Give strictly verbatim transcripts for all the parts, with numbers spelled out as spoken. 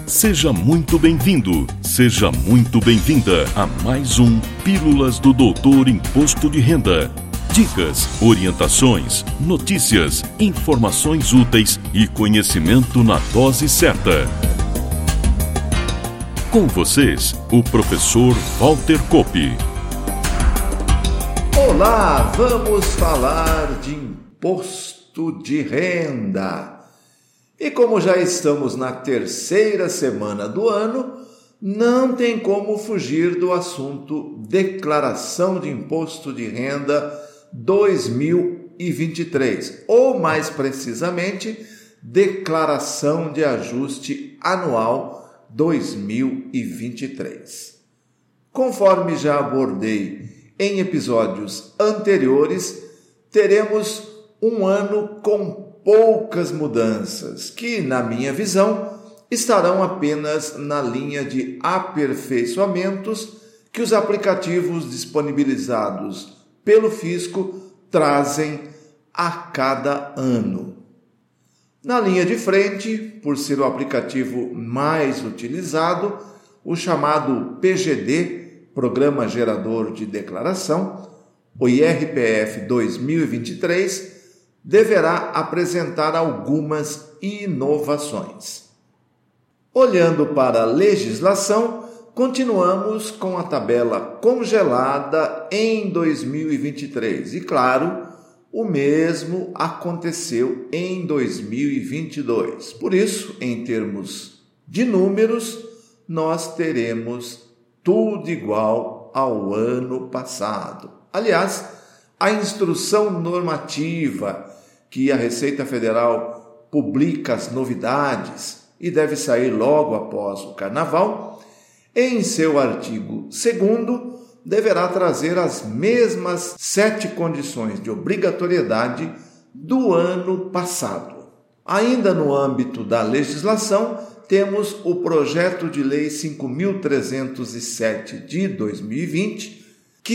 Seja muito bem-vindo, seja muito bem-vinda a mais um Pílulas do Doutor Imposto de Renda. Dicas, orientações, notícias, informações úteis e conhecimento na dose certa. Com vocês, o professor Walter Coppi. Olá, vamos falar de imposto de renda. E como já estamos na terceira semana do ano, não tem como fugir do assunto Declaração de Imposto de Renda dois mil e vinte e três, ou mais precisamente, Declaração de Ajuste Anual dois mil e vinte e três. Conforme já abordei em episódios anteriores, teremos um ano com poucas mudanças, que, na minha visão, estarão apenas na linha de aperfeiçoamentos que os aplicativos disponibilizados pelo fisco trazem a cada ano. Na linha de frente, por ser o aplicativo mais utilizado, o chamado P G D, Programa Gerador de Declaração, o I R P F dois mil e vinte e três, deverá apresentar algumas inovações. Olhando para a legislação, continuamos com a tabela congelada em dois mil e vinte e três e, claro, o mesmo aconteceu em dois mil e vinte e dois. Por isso, em termos de números, nós teremos tudo igual ao ano passado. Aliás, a instrução normativa que a Receita Federal publica as novidades e deve sair logo após o Carnaval, em seu artigo segundo, deverá trazer as mesmas sete condições de obrigatoriedade do ano passado. Ainda no âmbito da legislação, temos o Projeto de Lei cinco mil trezentos e sete de dois mil e vinte, que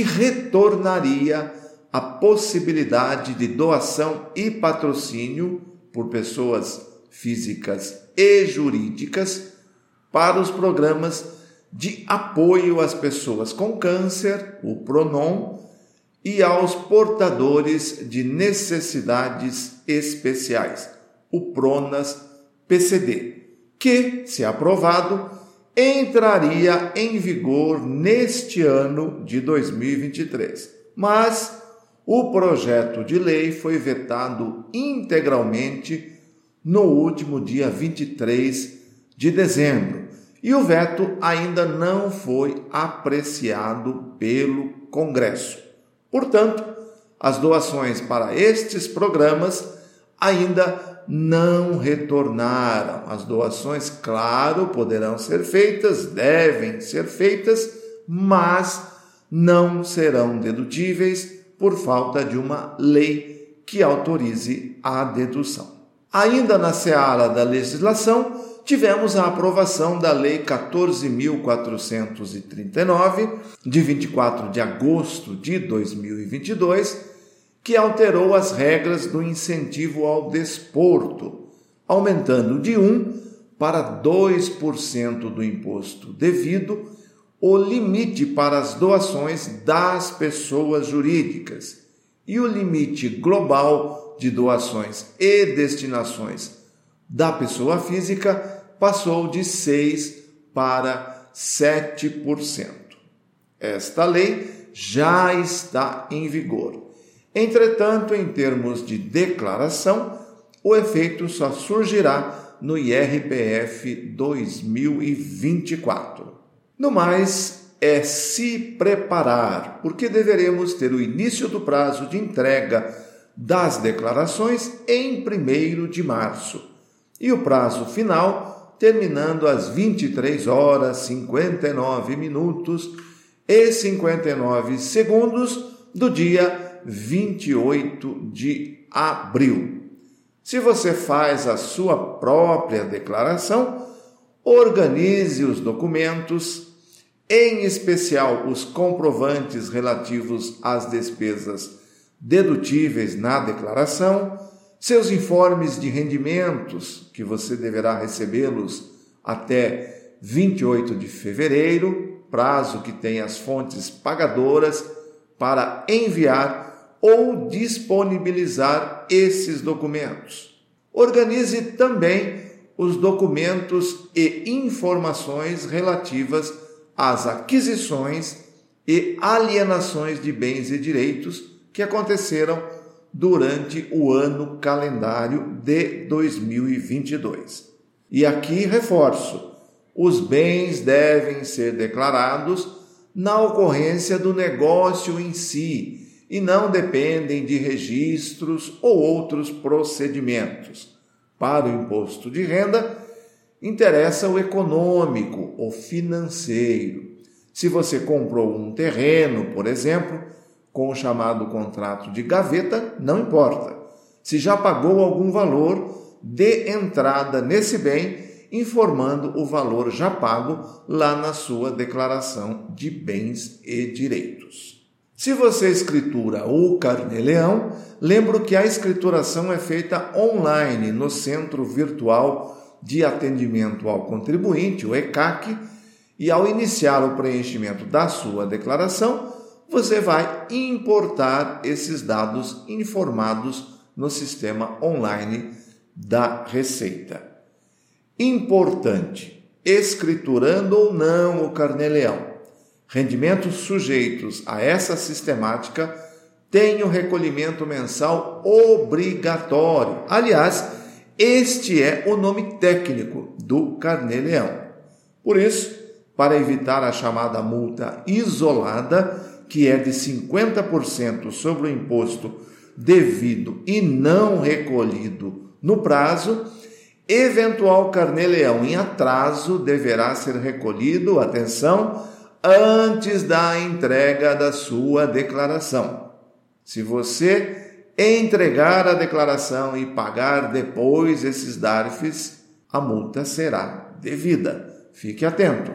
retornaria a possibilidade de doação e patrocínio por pessoas físicas e jurídicas para os programas de apoio às pessoas com câncer, o PRONON, e aos portadores de necessidades especiais, o PRONAS-P C D, que, se aprovado, entraria em vigor neste ano de dois mil e vinte e três. Mas o projeto de lei foi vetado integralmente no último dia vinte e três de dezembro e o veto ainda não foi apreciado pelo Congresso. Portanto, as doações para estes programas ainda não retornaram. As doações, claro, poderão ser feitas, devem ser feitas, mas não serão dedutíveis por falta de uma lei que autorize a dedução. Ainda na seara da legislação, tivemos a aprovação da Lei quatorze mil quatrocentos e trinta e nove, de vinte e quatro de agosto de dois mil e vinte e dois, que alterou as regras do incentivo ao desporto, aumentando de um por cento para dois por cento do imposto devido o limite para as doações das pessoas jurídicas e o limite global de doações e destinações da pessoa física passou de seis por cento para sete por cento. Esta lei já está em vigor. Entretanto, em termos de declaração, o efeito só surgirá no I R P F dois mil e vinte e quatro. No mais, é se preparar, porque deveremos ter o início do prazo de entrega das declarações em primeiro de março e o prazo final terminando às vinte e três horas, cinquenta e nove minutos e cinquenta e nove segundos do dia vinte e oito de abril. Se você faz a sua própria declaração, organize os documentos, em especial os comprovantes relativos às despesas dedutíveis na declaração, seus informes de rendimentos, que você deverá recebê-los até vinte e oito de fevereiro, prazo que tem as fontes pagadoras para enviar ou disponibilizar esses documentos. Organize também os documentos e informações relativas às aquisições e alienações de bens e direitos que aconteceram durante o ano calendário de dois mil e vinte e dois. E aqui reforço, os bens devem ser declarados na ocorrência do negócio em si e não dependem de registros ou outros procedimentos. Para o imposto de renda, interessa o econômico, o financeiro. Se você comprou um terreno, por exemplo, com o chamado contrato de gaveta, não importa. Se já pagou algum valor, dê entrada nesse bem, informando o valor já pago lá na sua declaração de bens e direitos. Se você escritura o Carnê-Leão, lembro que a escrituração é feita online no Centro Virtual de Atendimento ao Contribuinte, o E C A C, e ao iniciar o preenchimento da sua declaração, você vai importar esses dados informados no sistema online da Receita. Importante, escriturando ou não o Carnê-Leão, rendimentos sujeitos a essa sistemática têm o recolhimento mensal obrigatório. Aliás, este é o nome técnico do Carnê-Leão. Por isso, para evitar a chamada multa isolada, que é de cinquenta por cento sobre o imposto devido e não recolhido no prazo, eventual Carnê-Leão em atraso deverá ser recolhido, atenção, antes da entrega da sua declaração. Se você entregar a declaração e pagar depois esses D A R Fs, a multa será devida. Fique atento.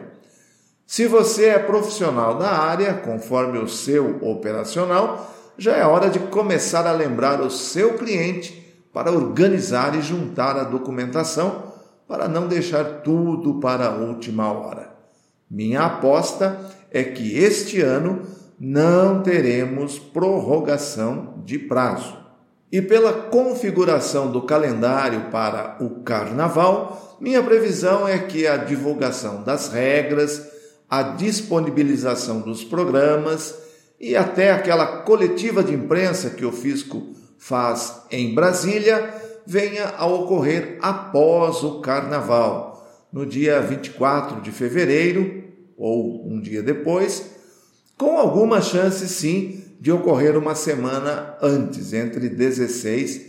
Se você é profissional da área, conforme o seu operacional, já é hora de começar a lembrar o seu cliente para organizar e juntar a documentação para não deixar tudo para a última hora. Minha aposta é que este ano não teremos prorrogação de prazo. E pela configuração do calendário para o Carnaval, minha previsão é que a divulgação das regras, a disponibilização dos programas e até aquela coletiva de imprensa que o fisco faz em Brasília venha a ocorrer após o Carnaval, no dia vinte e quatro de fevereiro ou um dia depois, com alguma chance sim de ocorrer uma semana antes, entre dezesseis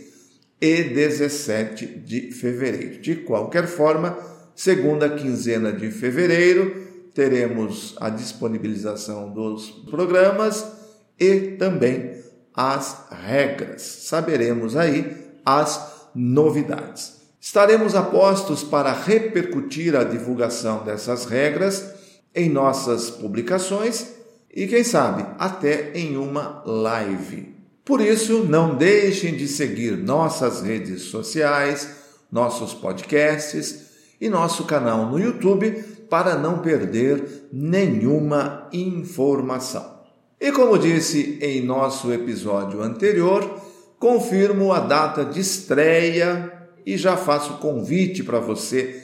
e dezessete de fevereiro. De qualquer forma, segunda quinzena de fevereiro, teremos a disponibilização dos programas e também as regras. Saberemos aí as novidades. Estaremos a postos para repercutir a divulgação dessas regras em nossas publicações e, quem sabe, até em uma live. Por isso, não deixem de seguir nossas redes sociais, nossos podcasts e nosso canal no YouTube para não perder nenhuma informação. E como disse em nosso episódio anterior, confirmo a data de estreia e já faço convite para você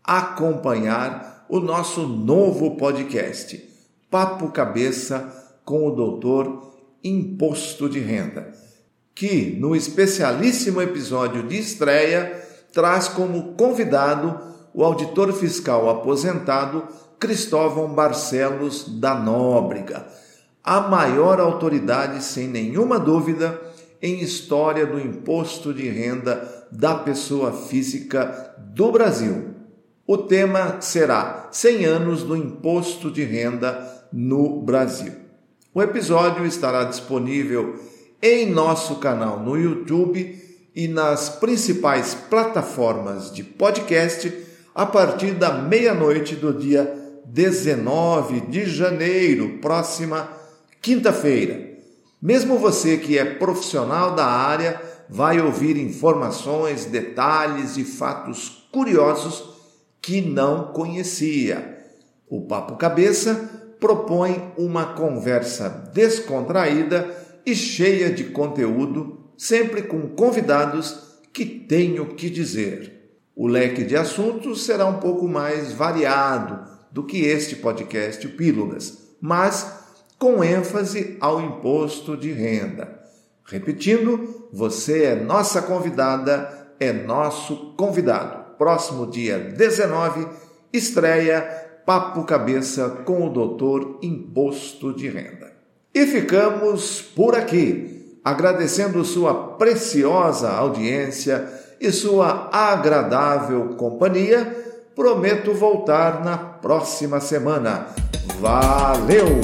acompanhar o nosso novo podcast, Papo Cabeça com o doutor Imposto de Renda, que no especialíssimo episódio de estreia traz como convidado o auditor fiscal aposentado Cristóvão Barcelos da Nóbrega, a maior autoridade, sem nenhuma dúvida, em história do imposto de renda da pessoa física do Brasil. O tema será cem anos do imposto de renda no Brasil. O episódio estará disponível em nosso canal no YouTube e nas principais plataformas de podcast a partir da meia-noite do dia dezenove de janeiro, próxima quinta-feira. Mesmo você que é profissional da área vai ouvir informações, detalhes e fatos curiosos que não conhecia. O Papo Cabeça propõe uma conversa descontraída e cheia de conteúdo, sempre com convidados que têm o que dizer. O leque de assuntos será um pouco mais variado do que este podcast Pílulas, mas com ênfase ao imposto de renda. Repetindo, você é nossa convidada, é nosso convidado. Próximo dia dezenove, estreia Papo Cabeça com o doutor Imposto de Renda. E ficamos por aqui, agradecendo sua preciosa audiência e sua agradável companhia. Prometo voltar na próxima semana. Valeu!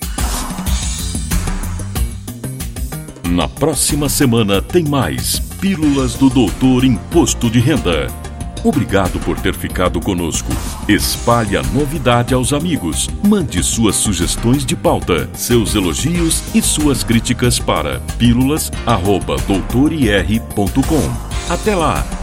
Na próxima semana tem mais Pílulas do doutor Imposto de Renda. Obrigado por ter ficado conosco. Espalhe a novidade aos amigos. Mande suas sugestões de pauta, seus elogios e suas críticas para pílulas arroba doutor i r ponto com. Até lá!